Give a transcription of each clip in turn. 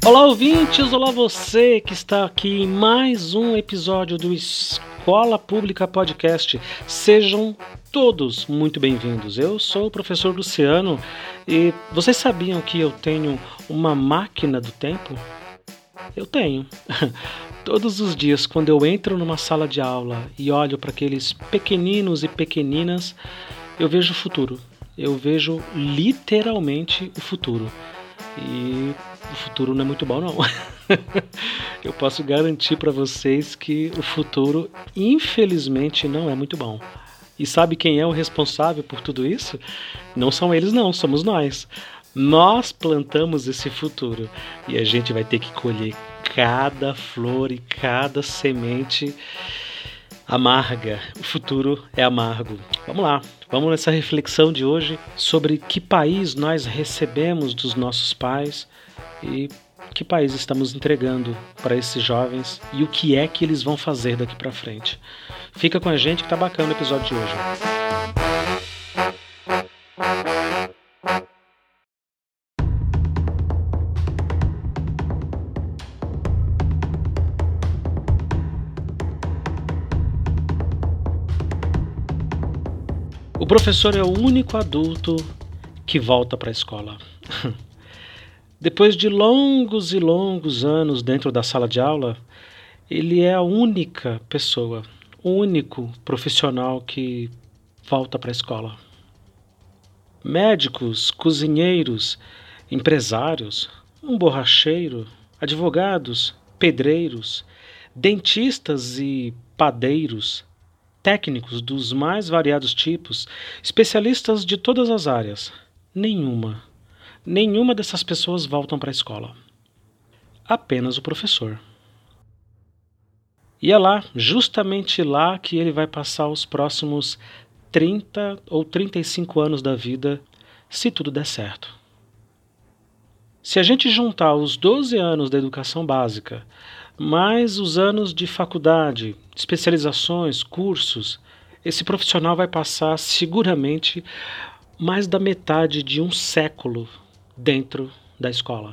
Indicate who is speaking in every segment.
Speaker 1: Olá, ouvintes! Olá, você que está aqui em mais um episódio do Escola Pública Podcast. Sejam todos muito bem-vindos. Eu sou o professor Luciano e vocês sabiam que eu tenho uma máquina do tempo? Eu tenho. Todos os dias, quando eu entro numa sala de aula e olho para aqueles pequeninos e pequeninas, eu vejo o futuro. Eu vejo literalmente o futuro. E o futuro não é muito bom, não. Eu posso garantir para vocês que o futuro, infelizmente, não é muito bom. E sabe quem é o responsável por tudo isso? Não são eles, não, somos nós. Nós plantamos esse futuro e a gente vai ter que colher cada flor e cada semente amarga. O futuro é amargo. Vamos lá, vamos nessa reflexão de hoje sobre que país nós recebemos dos nossos pais e que país estamos entregando para esses jovens e o que é que eles vão fazer daqui para frente. Fica com a gente que tá bacana o episódio de hoje. O professor é o único adulto que volta para a escola. Depois de longos e longos anos dentro da sala de aula, ele é a única pessoa, o único profissional que volta para a escola. Médicos, cozinheiros, empresários, um borracheiro, advogados, pedreiros, dentistas e padeiros, técnicos dos mais variados tipos, especialistas de todas as áreas. Nenhuma dessas pessoas voltam para a escola. Apenas o professor. E é lá, justamente lá, que ele vai passar os próximos 30 ou 35 anos da vida, se tudo der certo. Se a gente juntar os 12 anos da educação básica, mais os anos de faculdade, especializações, cursos, esse profissional vai passar seguramente mais da metade de um século dentro da escola.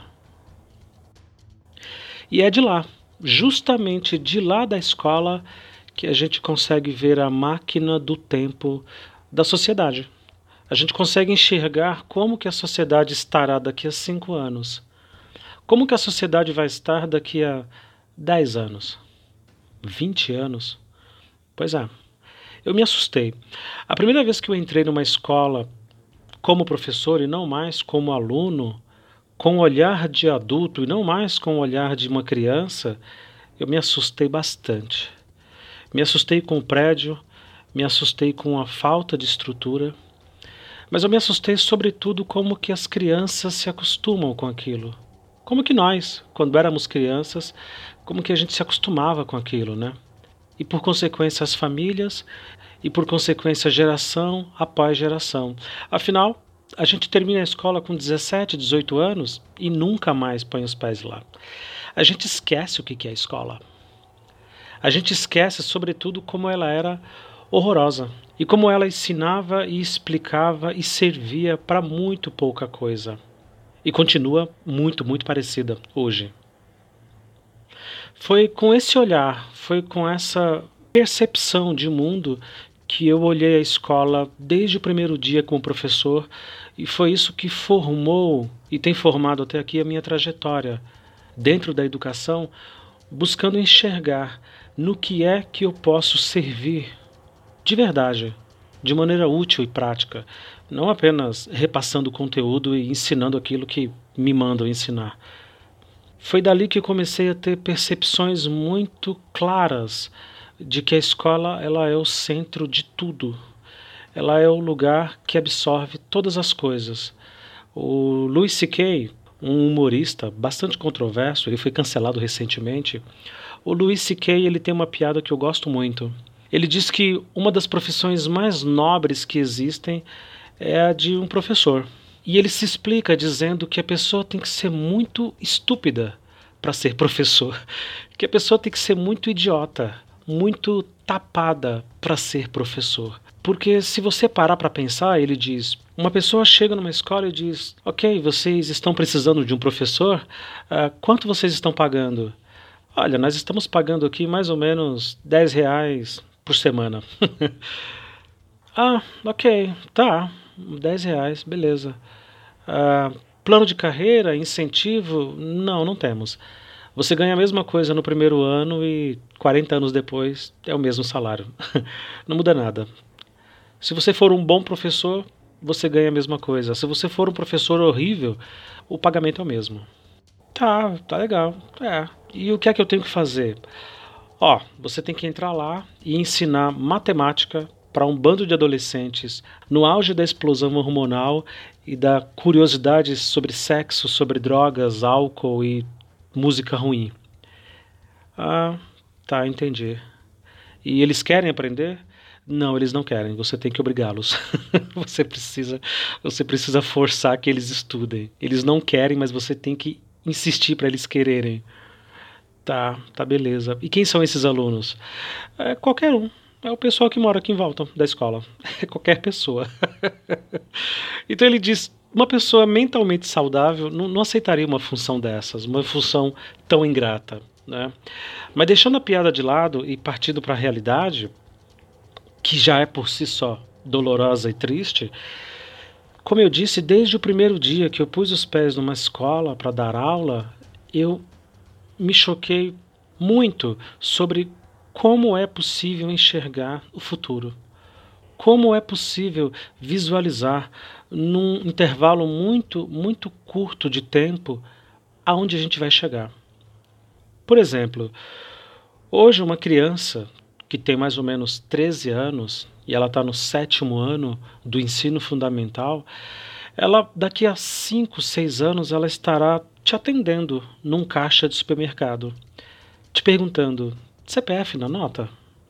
Speaker 1: E é de lá, justamente de lá da escola, que a gente consegue ver a máquina do tempo da sociedade. A gente consegue enxergar como que a sociedade estará daqui a 5 anos. Como que a sociedade vai estar daqui a 10 anos? 20 anos? Pois é, eu me assustei. A primeira vez que eu entrei numa escola como professor e não mais como aluno, com o olhar de adulto e não mais com o olhar de uma criança, eu me assustei bastante. Me assustei com o prédio, me assustei com a falta de estrutura, mas eu me assustei sobretudo como que as crianças se acostumam com aquilo. Como que nós, quando éramos crianças, como que a gente se acostumava com aquilo, né? E por consequência as famílias, e por consequência geração após geração. Afinal, a gente termina a escola com 17, 18 anos e nunca mais põe os pés lá. A gente esquece o que é a escola. A gente esquece, sobretudo, como ela era horrorosa e como ela ensinava e explicava e servia para muito pouca coisa. E continua muito, muito parecida hoje. Foi com esse olhar, foi com essa percepção de mundo que eu olhei a escola desde o primeiro dia como professor e foi isso que formou e tem formado até aqui a minha trajetória dentro da educação, buscando enxergar no que é que eu posso servir de verdade, de maneira útil e prática, não apenas repassando conteúdo e ensinando aquilo que me mandam ensinar. Foi dali que eu comecei a ter percepções muito claras de que a escola ela é o centro de tudo. Ela é o lugar que absorve todas as coisas. O Louis C.K., um humorista bastante controverso, ele foi cancelado recentemente. O Louis C.K. ele tem uma piada que eu gosto muito. Ele diz que uma das profissões mais nobres que existem é a de um professor. E ele se explica dizendo que a pessoa tem que ser muito estúpida para ser professor, que a pessoa tem que ser muito idiota, muito tapada para ser professor. Porque se você parar para pensar, ele diz, Uma pessoa chega numa escola e diz: Ok, vocês estão precisando de um professor? Quanto vocês estão pagando? Olha, nós estamos pagando aqui mais ou menos R$ 10 por semana. Ok, tá, R$ 10, beleza. Ah, Plano de carreira, incentivo? Não, não temos. Você ganha a mesma coisa no primeiro ano e 40 anos depois é o mesmo salário. Não muda nada. Se você for um bom professor, você ganha a mesma coisa. Se você for um professor horrível, o pagamento é o mesmo. Tá legal. E o que é que eu tenho que fazer? Você tem que entrar lá e ensinar matemática para um bando de adolescentes no auge da explosão hormonal e da curiosidade sobre sexo, sobre drogas, álcool e música ruim. Ah, tá, entendi. E eles querem aprender? Não, eles não querem. Você tem que obrigá-los. Você precisa, você precisa forçar que eles estudem. Eles não querem, mas você tem que insistir para eles quererem. Tá, beleza. E quem são esses alunos? Qualquer um. É o pessoal que mora aqui em volta da escola. É qualquer pessoa. Então ele diz: uma pessoa mentalmente saudável não aceitaria uma função dessas, uma função tão ingrata, né? Mas deixando a piada de lado e partindo para a realidade, que já é por si só dolorosa e triste, como eu disse, desde o primeiro dia que eu pus os pés numa escola para dar aula, eu me choquei muito sobre como é possível enxergar o futuro. Como é possível visualizar num intervalo muito, muito curto de tempo aonde a gente vai chegar. Por exemplo, hoje uma criança que tem mais ou menos 13 anos e ela está no 7º ano do ensino fundamental, ela daqui a 5, 6 anos ela estará te atendendo num caixa de supermercado, te perguntando: CPF na nota?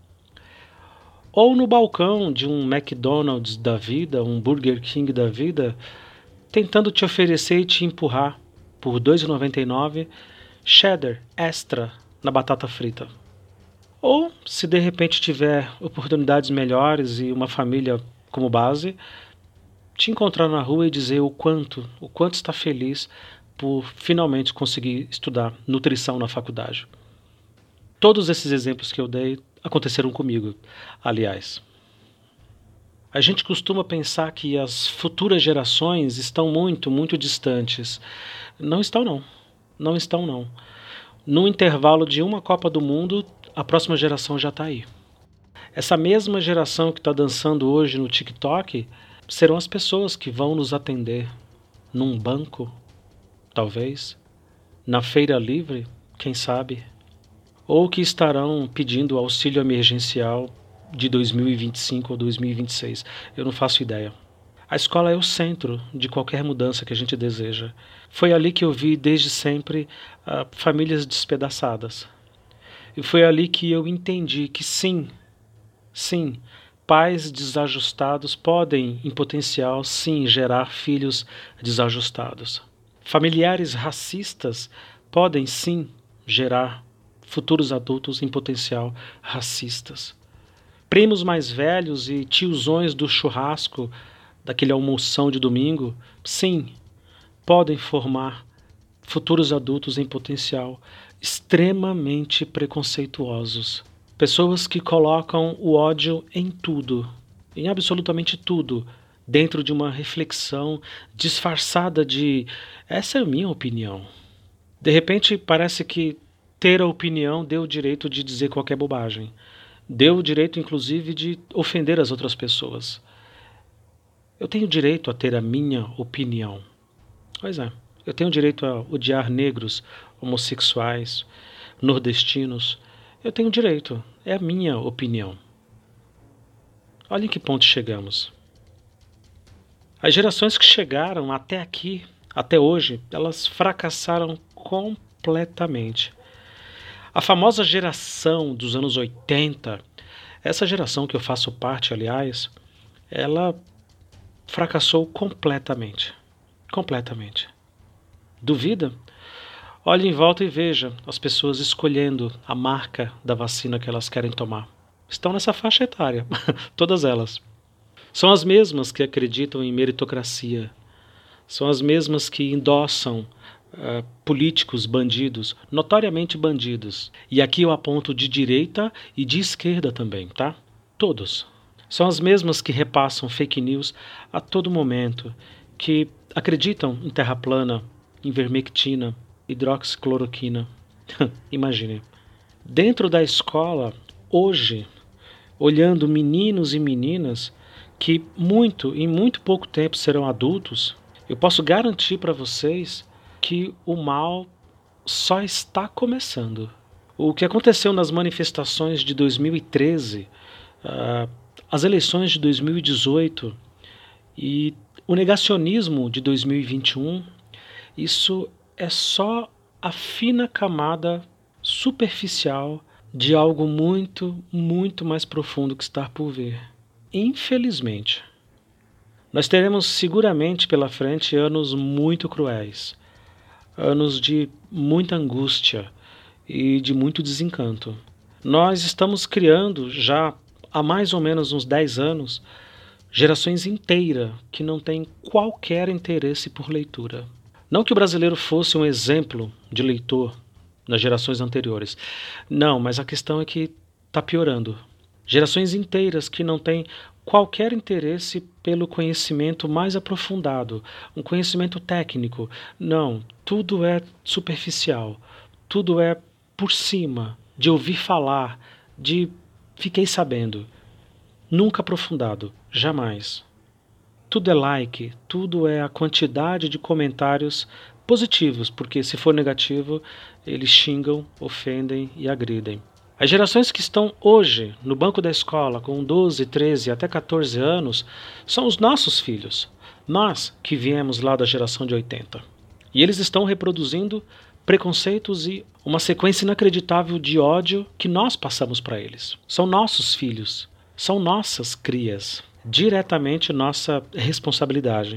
Speaker 1: Ou no balcão de um McDonald's da vida, um Burger King da vida, tentando te oferecer e te empurrar por R$ 2,99 cheddar extra na batata frita. Ou, se de repente tiver oportunidades melhores e uma família como base, te encontrar na rua e dizer o quanto está feliz por finalmente conseguir estudar nutrição na faculdade. Todos esses exemplos que eu dei aconteceram comigo, aliás. A gente costuma pensar que as futuras gerações estão muito, muito distantes. Não estão, não. Não estão, não. No intervalo de uma Copa do Mundo, a próxima geração já está aí. Essa mesma geração que está dançando hoje no TikTok serão as pessoas que vão nos atender num banco, talvez, na feira livre, quem sabe, ou que estarão pedindo auxílio emergencial de 2025 ou 2026. Eu não faço ideia. A escola é o centro de qualquer mudança que a gente deseja. Foi ali que eu vi desde sempre famílias despedaçadas. E foi ali que eu entendi que sim, pais desajustados podem, em potencial, sim, gerar filhos desajustados. Familiares racistas podem, sim, gerar futuros adultos em potencial racistas. Primos mais velhos e tiozões do churrasco, daquele almoção de domingo, sim, podem formar futuros adultos em potencial extremamente preconceituosos. Pessoas que colocam o ódio em tudo, em absolutamente tudo, dentro de uma reflexão disfarçada de essa é a minha opinião. De repente parece que ter a opinião deu o direito de dizer qualquer bobagem. Deu o direito, inclusive, de ofender as outras pessoas. Eu tenho direito a ter a minha opinião. Pois é, eu tenho direito a odiar negros, homossexuais, nordestinos. Eu tenho direito, é a minha opinião. Olha em que ponto chegamos. As gerações que chegaram até aqui, até hoje, elas fracassaram completamente. A famosa geração dos anos 80, essa geração que eu faço parte, aliás, ela fracassou completamente. Completamente. Duvida? Olhe em volta e veja as pessoas escolhendo a marca da vacina que elas querem tomar. Estão nessa faixa etária, todas elas. São as mesmas que acreditam em meritocracia. São as mesmas que endossam políticos bandidos, notoriamente bandidos. E aqui eu aponto de direita e de esquerda também, tá? Todos. São as mesmas que repassam fake news a todo momento, que acreditam em terra plana, em vermectina, hidroxicloroquina. Imagine. Dentro da escola, hoje, olhando meninos e meninas que em muito pouco tempo serão adultos, eu posso garantir para vocês que o mal só está começando. O que aconteceu nas manifestações de 2013, as eleições de 2018 e o negacionismo de 2021, isso é só a fina camada superficial de algo muito, muito mais profundo que está por vir. Infelizmente, nós teremos seguramente pela frente anos muito cruéis, anos de muita angústia e de muito desencanto. Nós estamos criando já há mais ou menos uns 10 anos gerações inteiras que não têm qualquer interesse por leitura. Não que o brasileiro fosse um exemplo de leitor nas gerações anteriores. Não, mas a questão é que está piorando. Gerações inteiras que não têm qualquer interesse pelo conhecimento mais aprofundado, um conhecimento técnico. Não, tudo é superficial, tudo é por cima, de ouvir falar, de fiquei sabendo. Nunca aprofundado, jamais. Tudo é like, tudo é a quantidade de comentários positivos, porque se for negativo, eles xingam, ofendem e agridem. As gerações que estão hoje no banco da escola com 12, 13 até 14 anos são os nossos filhos, nós que viemos lá da geração de 80. E eles estão reproduzindo preconceitos e uma sequência inacreditável de ódio que nós passamos para eles. São nossos filhos, são nossas crias, diretamente nossa responsabilidade.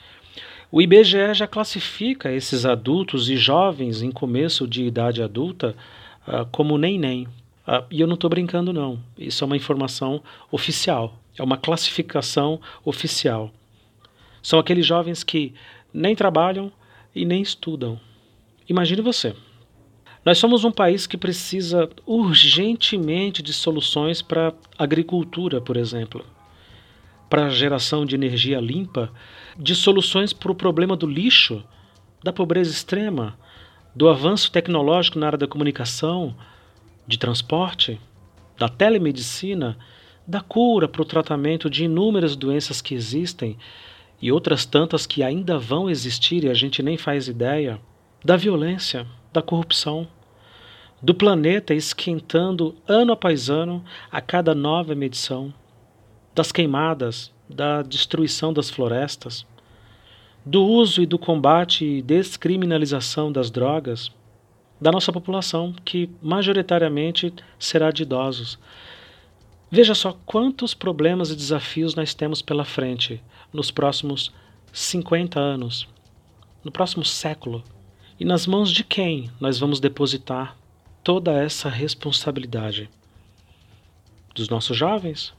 Speaker 1: O IBGE já classifica esses adultos e jovens em começo de idade adulta como neném. E eu não estou brincando não, isso é uma informação oficial, é uma classificação oficial. São aqueles jovens que nem trabalham e nem estudam. Imagine você. Nós somos um país que precisa urgentemente de soluções para a agricultura, por exemplo, para a geração de energia limpa, de soluções para o problema do lixo, da pobreza extrema, do avanço tecnológico na área da comunicação, de transporte, da telemedicina, da cura para o tratamento de inúmeras doenças que existem e outras tantas que ainda vão existir e a gente nem faz ideia, da violência, da corrupção, do planeta esquentando ano após ano a cada nova medição, das queimadas, da destruição das florestas, do uso e do combate e descriminalização das drogas, da nossa população, que majoritariamente será de idosos. Veja só quantos problemas e desafios nós temos pela frente nos próximos 50 anos, no próximo século. E nas mãos de quem nós vamos depositar toda essa responsabilidade? Dos nossos jovens?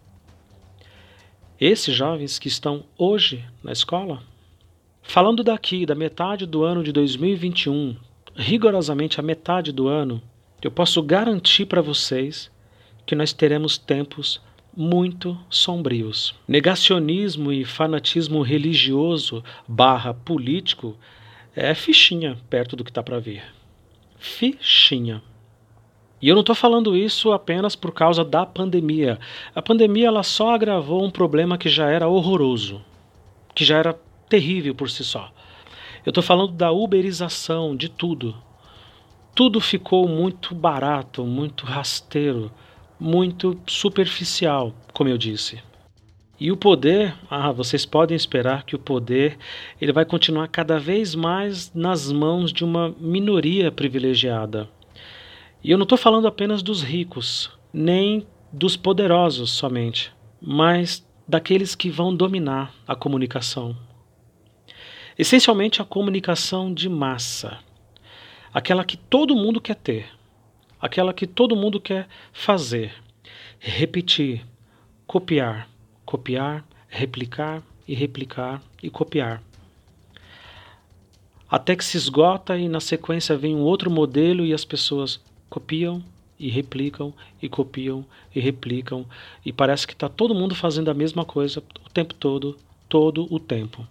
Speaker 1: Esses jovens que estão hoje na escola? Falando daqui, da metade do ano de 2021, rigorosamente a metade do ano, eu posso garantir para vocês que nós teremos tempos muito sombrios. Negacionismo e fanatismo religioso / político é fichinha perto do que está para vir. Fichinha. E eu não estou falando isso apenas por causa da pandemia. A pandemia ela só agravou um problema que já era horroroso, que já era terrível por si só. Eu estou falando da uberização de tudo. Tudo ficou muito barato, muito rasteiro, muito superficial, como eu disse. E o poder, vocês podem esperar que o poder ele vai continuar cada vez mais nas mãos de uma minoria privilegiada. E eu não estou falando apenas dos ricos, nem dos poderosos somente, mas daqueles que vão dominar a comunicação. Essencialmente a comunicação de massa, aquela que todo mundo quer ter, aquela que todo mundo quer fazer, repetir, copiar, replicar e replicar e copiar. Até que se esgota e na sequência vem um outro modelo e as pessoas copiam e replicam e copiam e replicam e parece que está todo mundo fazendo a mesma coisa o tempo todo o tempo.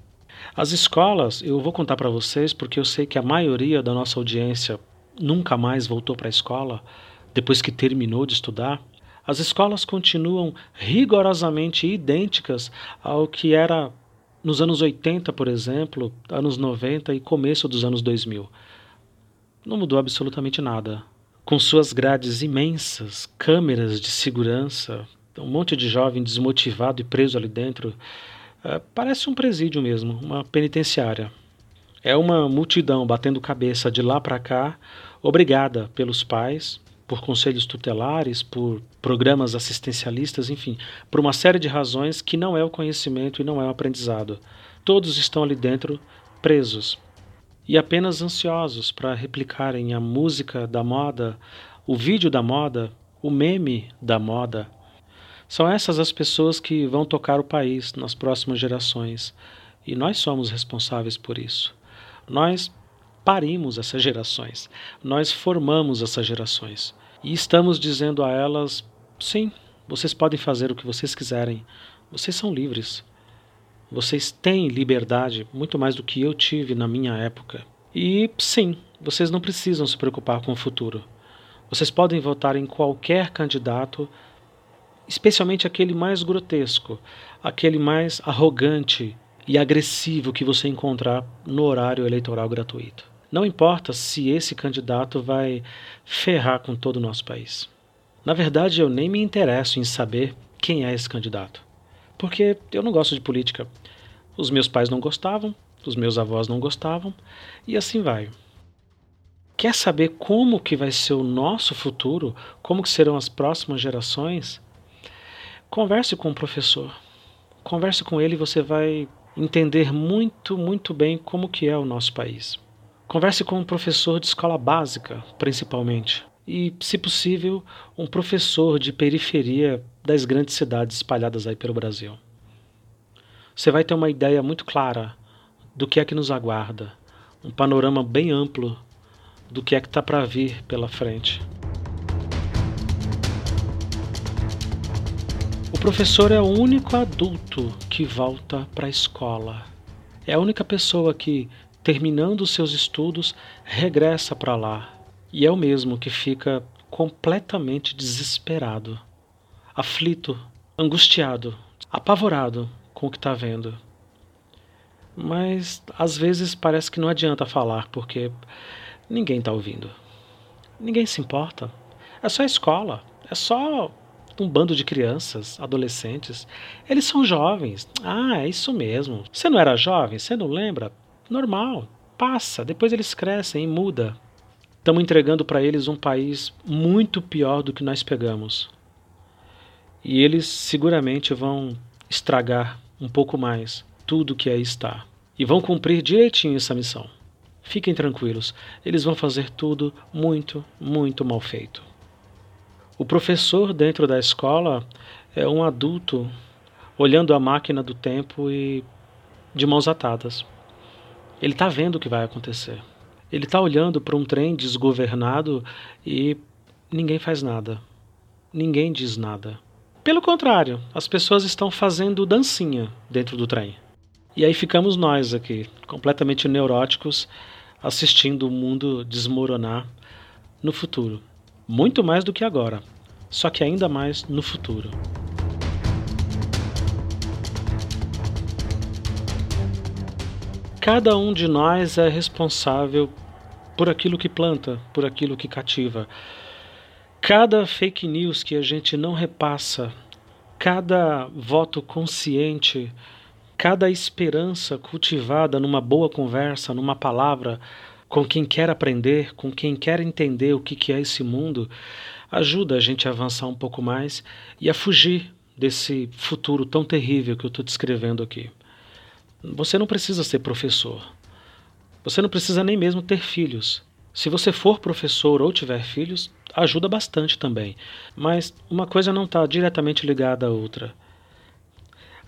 Speaker 1: As escolas, eu vou contar para vocês porque eu sei que a maioria da nossa audiência nunca mais voltou para a escola depois que terminou de estudar. As escolas continuam rigorosamente idênticas ao que era nos anos 80, por exemplo, anos 90 e começo dos anos 2000. Não mudou absolutamente nada. Com suas grades imensas, câmeras de segurança, um monte de jovem desmotivado e preso ali dentro, parece um presídio mesmo, uma penitenciária. É uma multidão batendo cabeça de lá para cá, obrigada pelos pais, por conselhos tutelares, por programas assistencialistas, enfim, por uma série de razões que não é o conhecimento e não é o aprendizado. Todos estão ali dentro presos e apenas ansiosos para replicarem a música da moda, o vídeo da moda, o meme da moda. São essas as pessoas que vão tocar o país nas próximas gerações e nós somos responsáveis por isso. Nós parimos essas gerações, nós formamos essas gerações e estamos dizendo a elas, sim, vocês podem fazer o que vocês quiserem, vocês são livres, vocês têm liberdade, muito mais do que eu tive na minha época. E sim, vocês não precisam se preocupar com o futuro. Vocês podem votar em qualquer candidato, especialmente aquele mais grotesco, aquele mais arrogante e agressivo que você encontrar no horário eleitoral gratuito. Não importa se esse candidato vai ferrar com todo o nosso país. Na verdade, eu nem me interesso em saber quem é esse candidato, porque eu não gosto de política. Os meus pais não gostavam, os meus avós não gostavam, e assim vai. Quer saber como que vai ser o nosso futuro? Como que serão as próximas gerações? Converse com o professor. Converse com ele e você vai entender muito bem como que é o nosso país. Converse com um professor de escola básica, principalmente. E, se possível, um professor de periferia das grandes cidades espalhadas aí pelo Brasil. Você vai ter uma ideia muito clara do que é que nos aguarda, um panorama bem amplo do que é que está para vir pela frente. O professor é o único adulto que volta para a escola. É a única pessoa que, terminando os seus estudos, regressa para lá. E é o mesmo que fica completamente desesperado, aflito, angustiado, apavorado com o que está vendo. Mas às vezes parece que não adianta falar, porque ninguém está ouvindo. Ninguém se importa. É só a escola, é só um bando de crianças, adolescentes. Eles são jovens. Ah, é isso mesmo. Você não era jovem? Você não lembra? Normal. Passa. Depois eles crescem e muda. Estamos entregando para eles um país muito pior do que nós pegamos. E eles seguramente vão estragar um pouco mais tudo que aí está. E vão cumprir direitinho essa missão. Fiquem tranquilos. Eles vão fazer tudo muito mal feito. O professor dentro da escola é um adulto olhando a máquina do tempo e de mãos atadas. Ele está vendo o que vai acontecer. Ele está olhando para um trem desgovernado e ninguém faz nada. Ninguém diz nada. Pelo contrário, as pessoas estão fazendo dancinha dentro do trem. E aí ficamos nós aqui, completamente neuróticos, assistindo o mundo desmoronar no futuro. Muito mais do que agora, só que ainda mais no futuro. Cada um de nós é responsável por aquilo que planta, por aquilo que cativa. Cada fake news que a gente não repassa, cada voto consciente, cada esperança cultivada numa boa conversa, numa palavra, com quem quer aprender, com quem quer entender o que é esse mundo, ajuda a gente a avançar um pouco mais e a fugir desse futuro tão terrível que eu estou descrevendo aqui. Você não precisa ser professor. Você não precisa nem mesmo ter filhos. Se você for professor ou tiver filhos, ajuda bastante também. Mas uma coisa não está diretamente ligada à outra.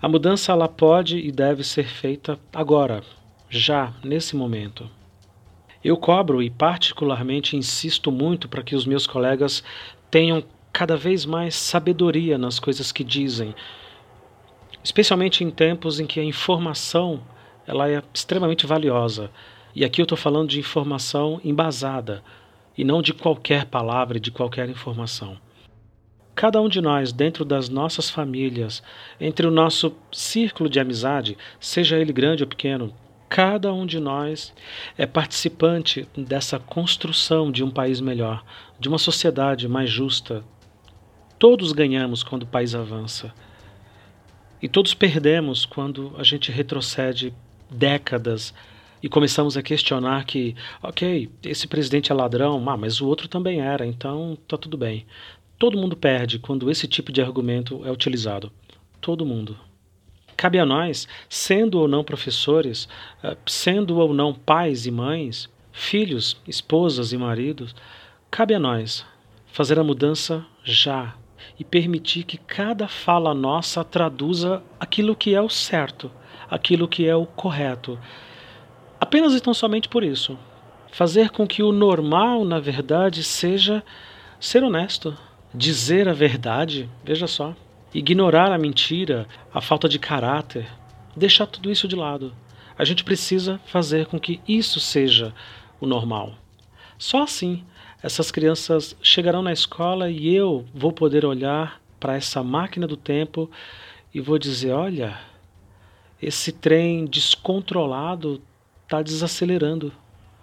Speaker 1: A mudança ela pode e deve ser feita agora, já, nesse momento. Eu cobro e particularmente insisto muito para que os meus colegas tenham cada vez mais sabedoria nas coisas que dizem, especialmente em tempos em que a informação ela é extremamente valiosa. E aqui eu estou falando de informação embasada, e não de qualquer palavra e de qualquer informação. Cada um de nós, dentro das nossas famílias, entre o nosso círculo de amizade, seja ele grande ou pequeno, cada um de nós é participante dessa construção de um país melhor, de uma sociedade mais justa. Todos ganhamos quando o país avança. E todos perdemos quando a gente retrocede décadas e começamos a questionar que, ok, esse presidente é ladrão, mas o outro também era, então tá tudo bem. Todo mundo perde quando esse tipo de argumento é utilizado. Todo mundo. Cabe a nós, sendo ou não professores, sendo ou não pais e mães, filhos, esposas e maridos, cabe a nós fazer a mudança já e permitir que cada fala nossa traduza aquilo que é o certo, aquilo que é o correto. Apenas e tão somente por isso. Fazer com que o normal, na verdade, seja ser honesto, dizer a verdade, veja só, ignorar a mentira, a falta de caráter, deixar tudo isso de lado. A gente precisa fazer com que isso seja o normal. Só assim essas crianças chegarão na escola e eu vou poder olhar para essa máquina do tempo e vou dizer, olha, esse trem descontrolado está desacelerando.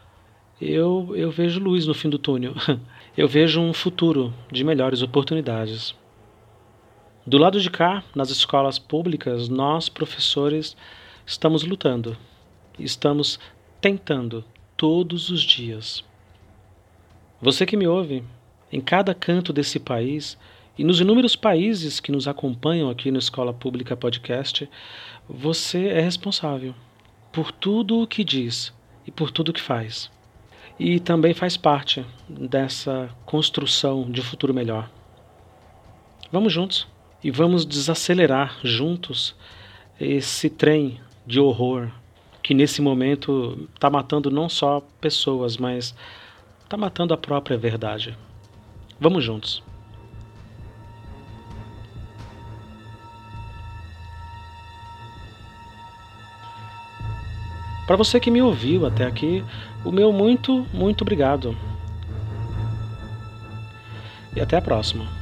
Speaker 1: Eu vejo luz no fim do túnel. Eu vejo um futuro de melhores oportunidades. Do lado de cá, nas escolas públicas, nós, professores, estamos lutando. Estamos tentando todos os dias. Você que me ouve, em cada canto desse país e nos inúmeros países que nos acompanham aqui no Escola Pública Podcast, você é responsável por tudo o que diz e por tudo o que faz. E também faz parte dessa construção de um futuro melhor. Vamos juntos e vamos desacelerar juntos esse trem de horror que nesse momento está matando não só pessoas, mas está matando a própria verdade. Vamos juntos. Para você que me ouviu até aqui, o meu muito, muito obrigado. E até a próxima.